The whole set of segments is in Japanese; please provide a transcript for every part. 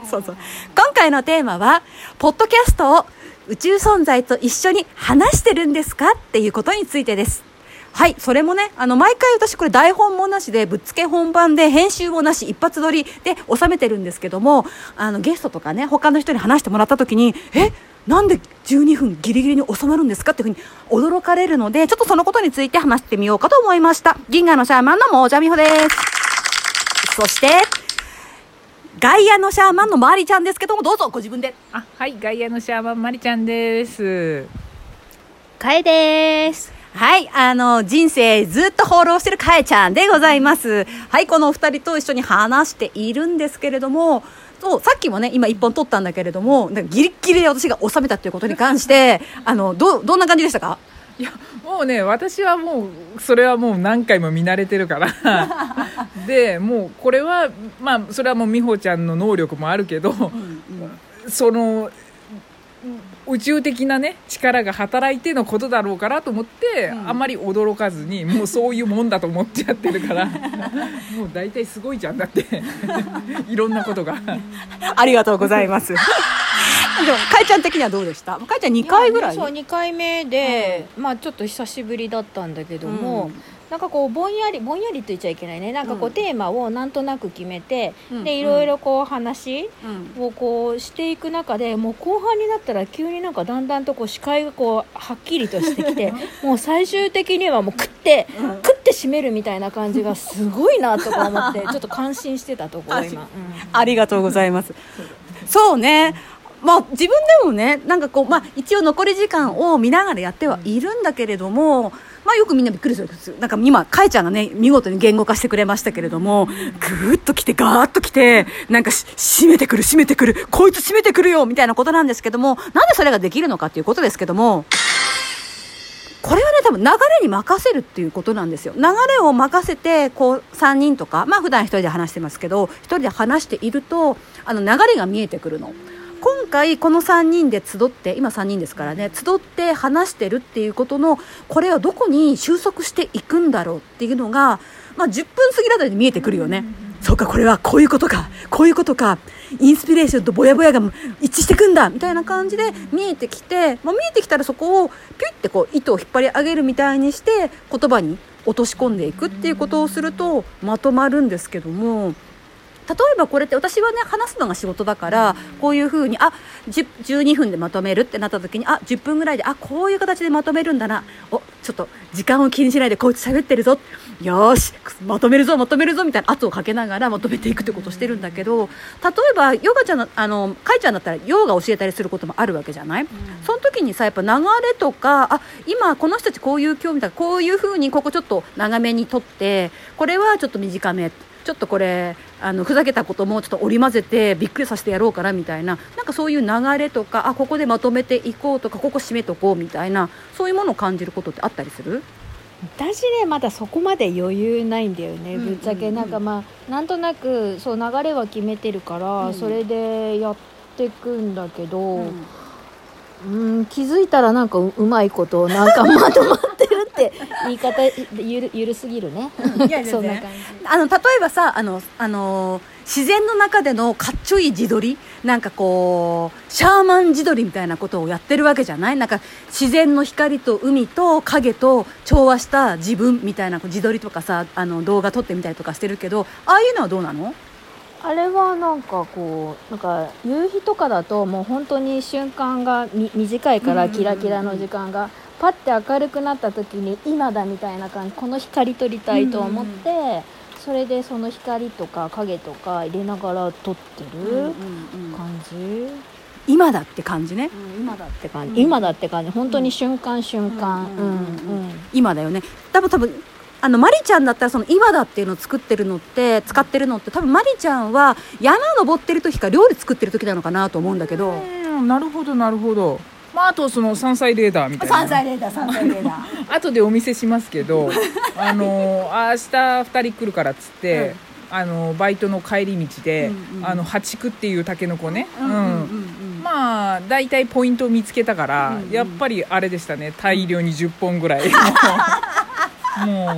そうそう。今回のテーマはポッドキャストを宇宙存在と一緒に話してるんですかっていうことについてです。はい、それもね、毎回私これ台本もなしでぶっつけ本番で編集もなし一発撮りで収めてるんですけども、ゲストとかね他の人に話してもらった時になんで12分ギリギリに収まるんですかっていうふうに驚かれるので、ちょっとそのことについて話してみようかと思いました。銀河のシャーマンのもーちゃみほです。そしてガイアのシャーマンのまりちゃんですけども、どうぞご自分で。 はい、ガイアのシャーマンまりちゃんです。 かえです。 はい、人生ずっと放浪してるかえちゃんでございます。はい、このお二人と一緒に話しているんですけれども、そうさっきもね今一本撮ったんだけれども、ギリギリで私が収めたということに関してどんな感じでしたか？ いやもうね、私はもうそれはもう何回も見慣れてるからでもうこれはまあそれはもう美穂ちゃんの能力もあるけど、その宇宙的なね力が働いてのことだろうからと思って、あんまり驚かずにもうそういうもんだと思っちゃってるからもう大体すごいじゃんだっていろんなことがありがとうございますでもかえちゃん的にはどうでした？かえちゃん2回ぐらい、 そう2回目で、まあちょっと久しぶりだったんだけども、なんかこうぼんやりって言っちゃいけないね、なんかこうテーマをなんとなく決めて、でいろいろこう話をこうしていく中で、もう後半になったら急になんかだんだんとこう視界がこうはっきりとしてきてもう最終的にはもう食って締めるみたいな感じがすごいなとか思ってちょっと感心してたところ今、 ありがとうございます。そうね、まあ、自分でもねなんかこう、まあ、一応残り時間を見ながらやってはいるんだけれども、まあ、よくみんなびっくりするんですよ。なんか今かえちゃんがね見事に言語化してくれましたけれども、ぐーっと来てガーッと来てなんか締めてくるこいつ締めてくるよみたいなことなんですけども、なんでそれができるのかっていうことですけども、これはね多分流れに任せるっていうことなんですよ。流れを任せてこう3人とか、まあ普段1人で話してますけど1人で話していると流れが見えてくるの。今回この3人で集って今3人ですからね、集って話してるっていうことのこれはどこに収束していくんだろうっていうのが、まあ、10分過ぎるあたりで見えてくるよね。そうか、これはこういうことかインスピレーションとぼやぼやが一致してくんだみたいな感じで見えてきて、まあ、見えてきたらそこをピュッてこう糸を引っ張り上げるみたいにして言葉に落とし込んでいくっていうことをするとまとまるんですけども、例えばこれって私はね話すのが仕事だからこういう風に12分でまとめるってなった時に10分ぐらいでこういう形でまとめるんだな、ちょっと時間を気にしないでこいつ喋ってるぞ、よーしまとめるぞみたいな圧をかけながらまとめていくってことをしてるんだけど、例えばヨガちゃんのかいちゃんだったらヨガ教えたりすることもあるわけじゃない、その時にさやっぱ流れとか今この人たちこういう興味だこういう風にここちょっと長めにとってこれはちょっと短めちょっとこれふざけたこともちょっと織り交ぜてびっくりさせてやろうからみたいな、なんかそういう流れとかここでまとめていこうとかここ締めとこうみたいな、そういうものを感じることってあったりする？ 私ねまだそこまで余裕ないんだよね、ぶっちゃけ。なんかまあなんとなくそう流れは決めてるから、それでやっていくんだけど、気づいたらなんかうまいことなんかまとまってるって言い方ゆるすぎるねそんな感じ。 例えばさ自然の中でのかっちょいい自撮り、なんかこうシャーマン自撮りみたいなことをやってるわけじゃない？なんか自然の光と海と影と調和した自分みたいな自撮りとかさ動画撮ってみたりとかしてるけど、ああいうのはどうなの？ あれはなんかこうなんか夕日とかだともう本当に瞬間が短いからキラキラの時間がパッて明るくなった時に今だみたいな感じ、この光撮りたいと思って、それでその光とか影とか入れながら撮ってる感じ、 今だって感じね、 今だって感じ、今だって感じ、本当に瞬間瞬間、 今だよね。多分マリちゃんだったらその今だっていうのを使ってるのって多分マリちゃんは山登ってる時か料理作ってる時なのかなと思うんだけど、 なるほど、まあ、あとその山菜レーダーみたいな、 山菜レーダー後でお見せしますけど明日2人来るからっつって、バイトの帰り道で、ハチクっていうタケノコね、まあだいたいポイントを見つけたから、やっぱりあれでしたね、大量に10本ぐらいもうで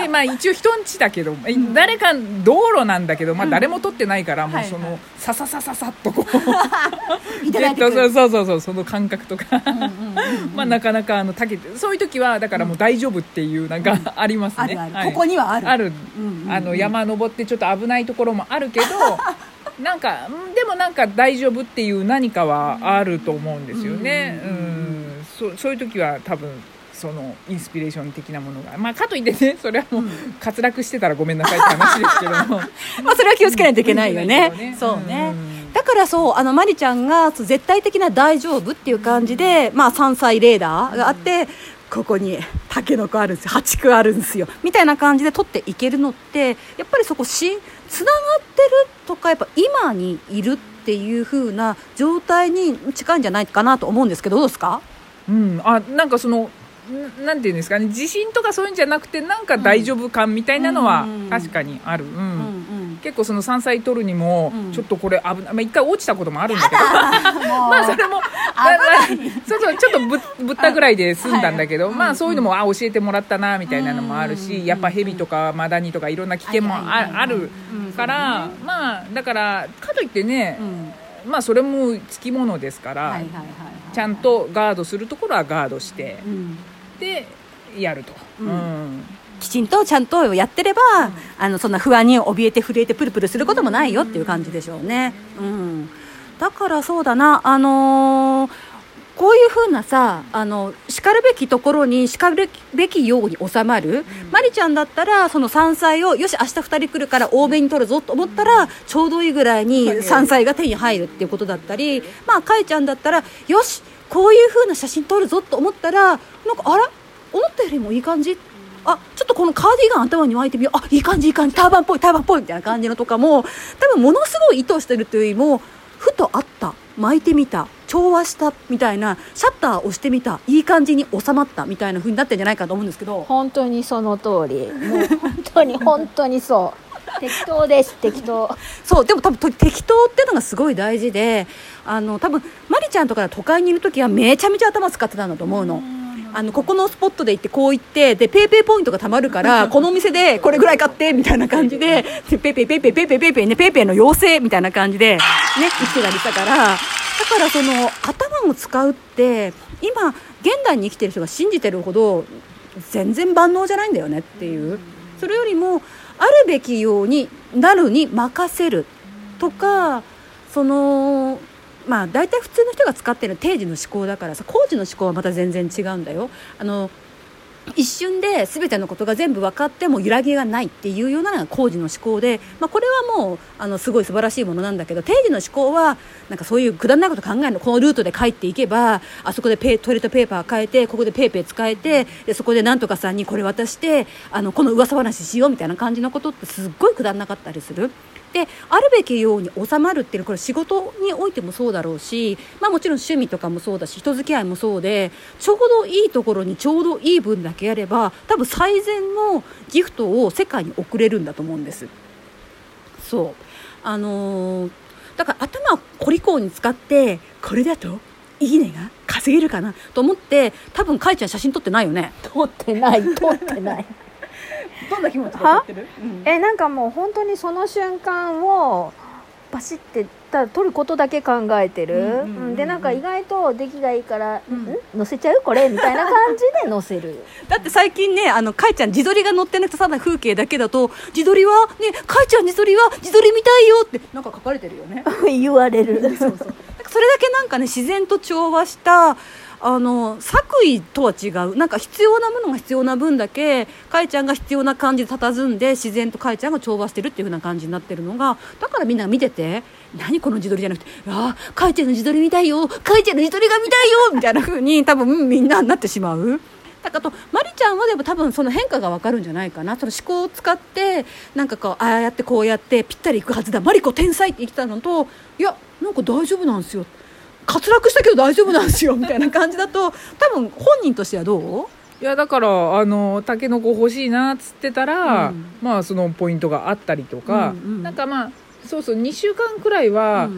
でまあ一応人ん家だけど、誰か道路なんだけど、まあ誰も取ってないから、もうそのさささささっとこういただいてくるそうその感覚とかまあなかなかたけて、そういう時はだからもう大丈夫っていうなんかありますね。 ここにはある山登ってちょっと危ないところもあるけどなんかでもなんか大丈夫っていう何かはあると思うんですよね。そういう時は多分そのインスピレーション的なものが、まあかといってね、それはもう滑落してたらごめんなさいって話ですけどもまあそれは気をつけないといけないよね。そうね。だからそうマリちゃんが絶対的な大丈夫っていう感じで、まあ山菜レーダーがあって、ここにタケノコあるんですよ、8区あるんですよみたいな感じで取っていけるのって、やっぱりそこつながってるとか、やっぱ今にいるっていう風な状態に近いんじゃないかなと思うんですけど、どうですか？ なんかそのなんていうんですかね、地震とかそういうんじゃなくて、なんか大丈夫感みたいなのは確かにある。結構その山菜取るにもちょっとこれ危ない、まあ、一回落ちたこともあるんだけどまあそれもそうちょっとぶったぐらいで済んだんだけど、まあそういうのも教えてもらったなみたいなのもあるし、やっぱヘビとかマダニとかいろんな危険もあるから、まあだからかといってね、まあそれもつきものですから、ちゃんとガードするところはガードして、でやると、きちんとちゃんとやってれば、そんな不安に怯えて震えてプルプルすることもないよっていう感じでしょうね。だからそうだな、こういう風なさ、しかるべきところにしかるべきように収まる、マリちゃんだったらその山菜をよし明日2人来るから多めに取るぞと思ったらちょうどいいぐらいに山菜が手に入るっていうことだったり、まあかいちゃんだったらよしこういう風な写真撮るぞと思ったら、なんかあら思ったよりもいい感じ、ちょっとこのカーディガン頭に巻いてみよう、いい感じターバンっぽいみたいな感じのとかも、多分ものすごい意図してるというよりも、ふとあった、巻いてみた、調和したみたいな、シャッターを押してみた、いい感じに収まったみたいな風になってるんじゃないかと思うんですけど。 本当にその通り、もう本当にそう適当です、適当。 そうでも多分適当っていうのがすごい大事で、多分マリちゃんとか都会にいる時はめちゃめちゃ頭使ってたんだと思うの。ここのスポットで行ってこう行ってでペイペイポイントが貯まるからこのお店でこれぐらい買ってみたいな感じでペイペイね、ペイペイの妖精みたいな感じでね生きてたりしたから、だからその頭を使うって今現代に生きてる人が信じてるほど全然万能じゃないんだよねっていう、それよりもあるべきようになるに任せるとか、そのまあ大体普通の人が使ってる定時の思考だからさ、工事の思考はまた全然違うんだよ。一瞬で全てのことが全部分かっても揺らぎがないっていうようなのが工事の思考で、これはもうすごい素晴らしいものなんだけど、定時の思考はなんかそういうくだらないこと考えるの、このルートで帰っていけばあそこでトイレットペーパー変えてここでペイペイ使えて、でそこでなんとかさんにこれ渡してこの噂話しようみたいな感じのことってすっごいくだらなかったりする。であるべきように収まるっていうのはこれ仕事においてもそうだろうし、もちろん趣味とかもそうだし人付き合いもそうで、ちょうどいいところにちょうどいい分だけやれば多分最善のギフトを世界に送れるんだと思うんです。そうだから頭をコリコリに使ってこれだといいねが稼げるかなと思って多分かいちゃん写真撮ってないよね。 撮ってないどんな気持ちで撮ってる？ なんかもう本当にその瞬間をバシッて撮ることだけ考えてる、でなんか意外と出来がいいから、載せちゃうこれみたいな感じで載せるだって最近ねかいちゃん自撮りが載ってなくてただ風景だけだと自撮りはねかいちゃん自撮り見たいよってなんか書かれてるよね言われるそうそれだけなんかね自然と調和した作為とは違う、なんか必要なものが必要な分だけかいちゃんが必要な感じで佇んで自然とかいちゃんが調和してるっていう風な感じになってるのが、だからみんな見てて何この自撮りじゃなくてかいちゃんの自撮り見たいよ、かいちゃんの自撮りが見たいよみたいな風に多分みんななってしまう。だからマリちゃんはでも多分その変化が分かるんじゃないかな。その思考を使ってなんかああやってこうやってぴったりいくはずだ、マリコ天才って言ってたのと、いやなんか大丈夫なんですよ、滑落したけど大丈夫なんですよみたいな感じだと多分本人としてはどう？ いやだからタケノコ欲しいなっつってたら、そのポイントがあったりとか、なんかそう2週間くらいは、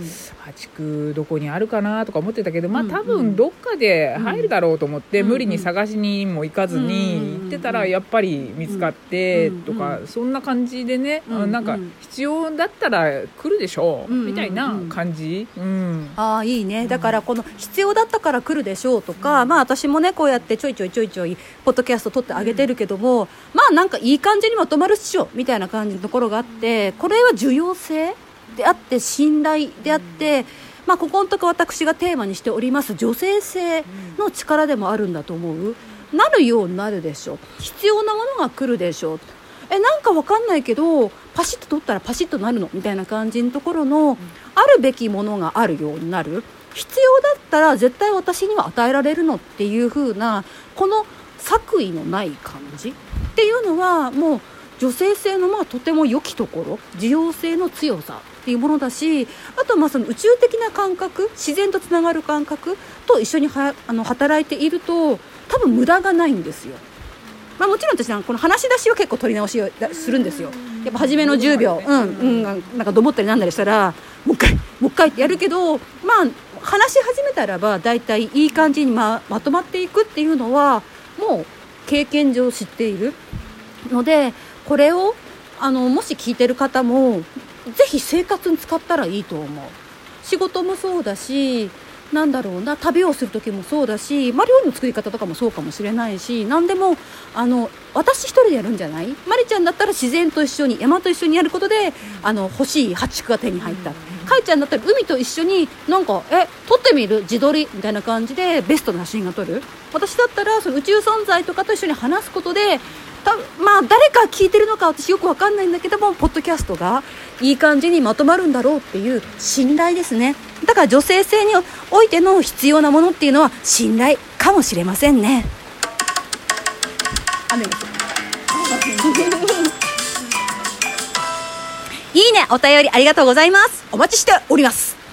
家畜どこにあるかなとか思ってたけど、まあ多分どっかで入るだろうと思って、無理に探しにも行かずに行ってたらやっぱり見つかってとか、そんな感じでね、なんか必要だったら来るでしょうみたいな感じ。 ああいいね。だからこの必要だったから来るでしょうとか、まあ私もねこうやってちょいちょいポッドキャスト撮ってあげてるけども、まあなんかいい感じにまとまるっしょみたいな感じのところがあって、これは重要性であって信頼であって、まあここのとこ私がテーマにしております女性性の力でもあるんだと思う。なるようになるでしょ、必要なものが来るでしょ、なんかわかんないけどパシッと取ったらパシッとなるのみたいな感じのところの、あるべきものがあるようになる、必要だったら絶対私には与えられるのっていう風なこの作為のない感じっていうのはもう女性性のまあとても良きところ、需要性の強さっていうものだし、あとまあその宇宙的な感覚、自然とつながる感覚と一緒に働いていると多分無駄がないんですよ。まあ、もちろん私この話し出しは結構取り直しをするんですよ。やっぱ初めの10秒、なんかどもったりなんだりしたらもう一回ってやるけど、まあ話し始めたらばだいたいいい感じにまとまっていくっていうのはもう経験上知っているので、これをもし聞いてる方もぜひ生活に使ったらいいと思う。仕事もそうだし、なんだろうな、旅をする時もそうだし、まあ、料理の作り方とかもそうかもしれないし、何でも私一人でやるんじゃない、まりちゃんだったら自然と一緒に山と一緒にやることで欲しい家畜が手に入った、かいちゃんだったら海と一緒になんか撮ってみる自撮りみたいな感じでベストな写真が撮る。私だったらその宇宙存在とかと一緒に話すことでまあ誰か聞いてるのか私よく分かんないんだけども、ポッドキャストがいい感じにまとまるんだろうっていう信頼ですね。だから女性性においての必要なものっていうのは信頼かもしれませんね。雨ですいいね、お便りありがとうございます。お待ちしております。